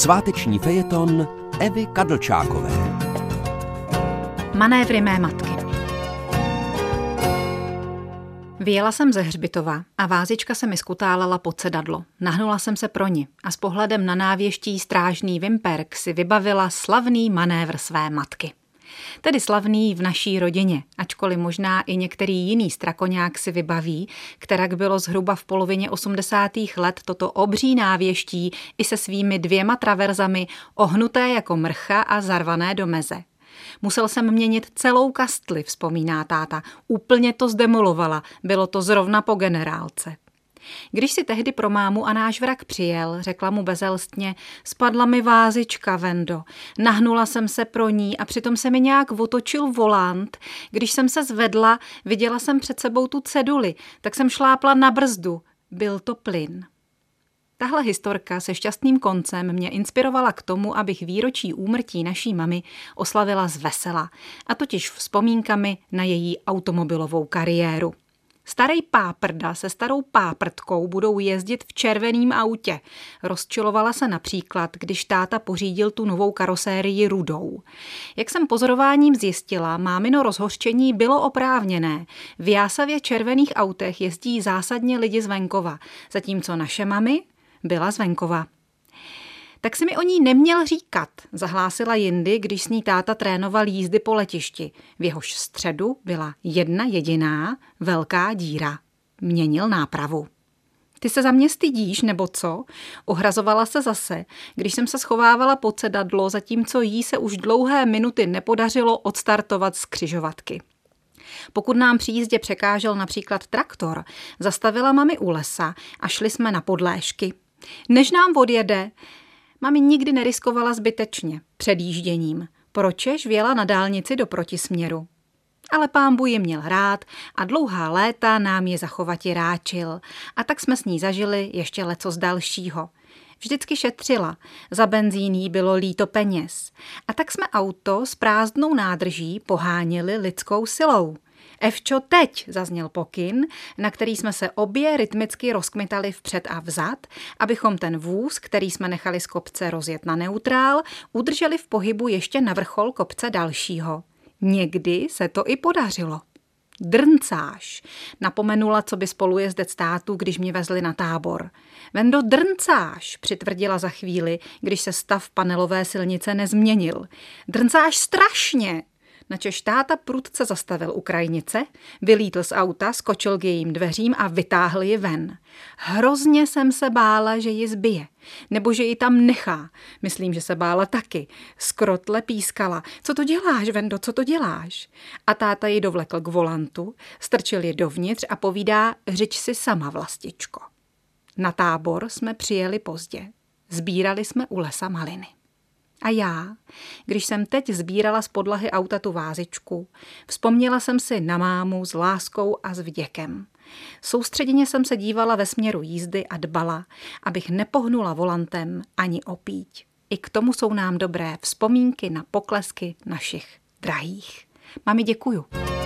Sváteční fejeton Evy Kadlčákové. Manévry mé matky. Vyjela jsem ze hřbitova a vázička se mi skutálela pod sedadlo. Nahnula jsem se pro ni a s pohledem na návěští strážný Vimperk si vybavila slavný manévr své matky. Tedy slavný v naší rodině, ačkoliv možná i některý jiný strakoňák si vybaví, kterak bylo zhruba v polovině 80. let toto obří návěští i se svými 2 traverzami ohnuté jako mrcha a zarvané do meze. Musel jsem měnit celou kastli, vzpomíná táta. Úplně to zdemolovala, bylo to zrovna po generálce. Když si tehdy pro mámu a náš vrak přijel, řekla mu bezelstně, spadla mi vázička, Vendo. Nahnula jsem se pro ní a přitom se mi nějak otočil volant. Když jsem se zvedla, viděla jsem před sebou tu ceduli, tak jsem šlápla na brzdu. Byl to plyn. Tahle historka se šťastným koncem mě inspirovala k tomu, abych výročí úmrtí naší mamy oslavila zvesela, a totiž vzpomínkami na její automobilovou kariéru. Starej páprda se starou páprdkou budou jezdit v červeném autě. Rozčilovala se například, když táta pořídil tu novou karosérii rudou. Jak jsem pozorováním zjistila, mámino rozhořčení bylo oprávněné. V jásavě červených autech jezdí zásadně lidi z venkova, zatímco naše mami byla z venkova. Tak si mi o ní neměl říkat, zahlásila jindy, když s ní táta trénoval jízdy po letišti. V jehož středu byla jedna jediná velká díra. Měnil nápravu. Ty se za mě stydíš, nebo co? Ohrazovala se zase, když jsem se schovávala pod sedadlo, zatímco jí se už dlouhé minuty nepodařilo odstartovat z křižovatky. Pokud nám při jízdě překážel například traktor, zastavila mami u lesa a šli jsme na podléžky. Než nám odjede, mami nikdy neriskovala zbytečně předjížděním, pročež vjela na dálnici do protisměru. Ale pánbůh ji měl rád a dlouhá léta nám je zachovati ráčil a tak jsme s ní zažili ještě lecos dalšího. Vždycky šetřila, za benzín jí bylo líto peněz a tak jsme auto s prázdnou nádrží poháněli lidskou silou. Evčo, teď, zazněl pokyn, na který jsme se obě rytmicky rozkmitali vpřed a vzad, abychom ten vůz, který jsme nechali z kopce rozjet na neutrál, udrželi v pohybu ještě na vrchol kopce dalšího. Někdy se to i podařilo. Drncáš, napomenula, co by spolujezdec tátu, když mě vezli na tábor. Vendo, drncáš, přitvrdila za chvíli, když se stav panelové silnice nezměnil. Drncáš strašně. Načež táta prudce zastavil u krajnice, vylítl z auta, skočil k jejím dveřím a vytáhl ji ven. Hrozně jsem se bála, že ji zbije, nebo že ji tam nechá. Myslím, že se bála taky. Skrotle pískala. Co to děláš, Vendo, co to děláš? A táta ji dovlekl k volantu, strčil ji dovnitř a povídá, řiď si sama, vlastičko. Na tábor jsme přijeli pozdě. Sbírali jsme u lesa maliny. A já, když jsem teď sbírala z podlahy auta tu vázičku, vzpomněla jsem si na mámu s láskou a s vděkem. Soustředěně jsem se dívala ve směru jízdy a dbala, abych nepohnula volantem ani o píď. I k tomu jsou nám dobré vzpomínky na poklesky našich drahých. Mami, děkuju.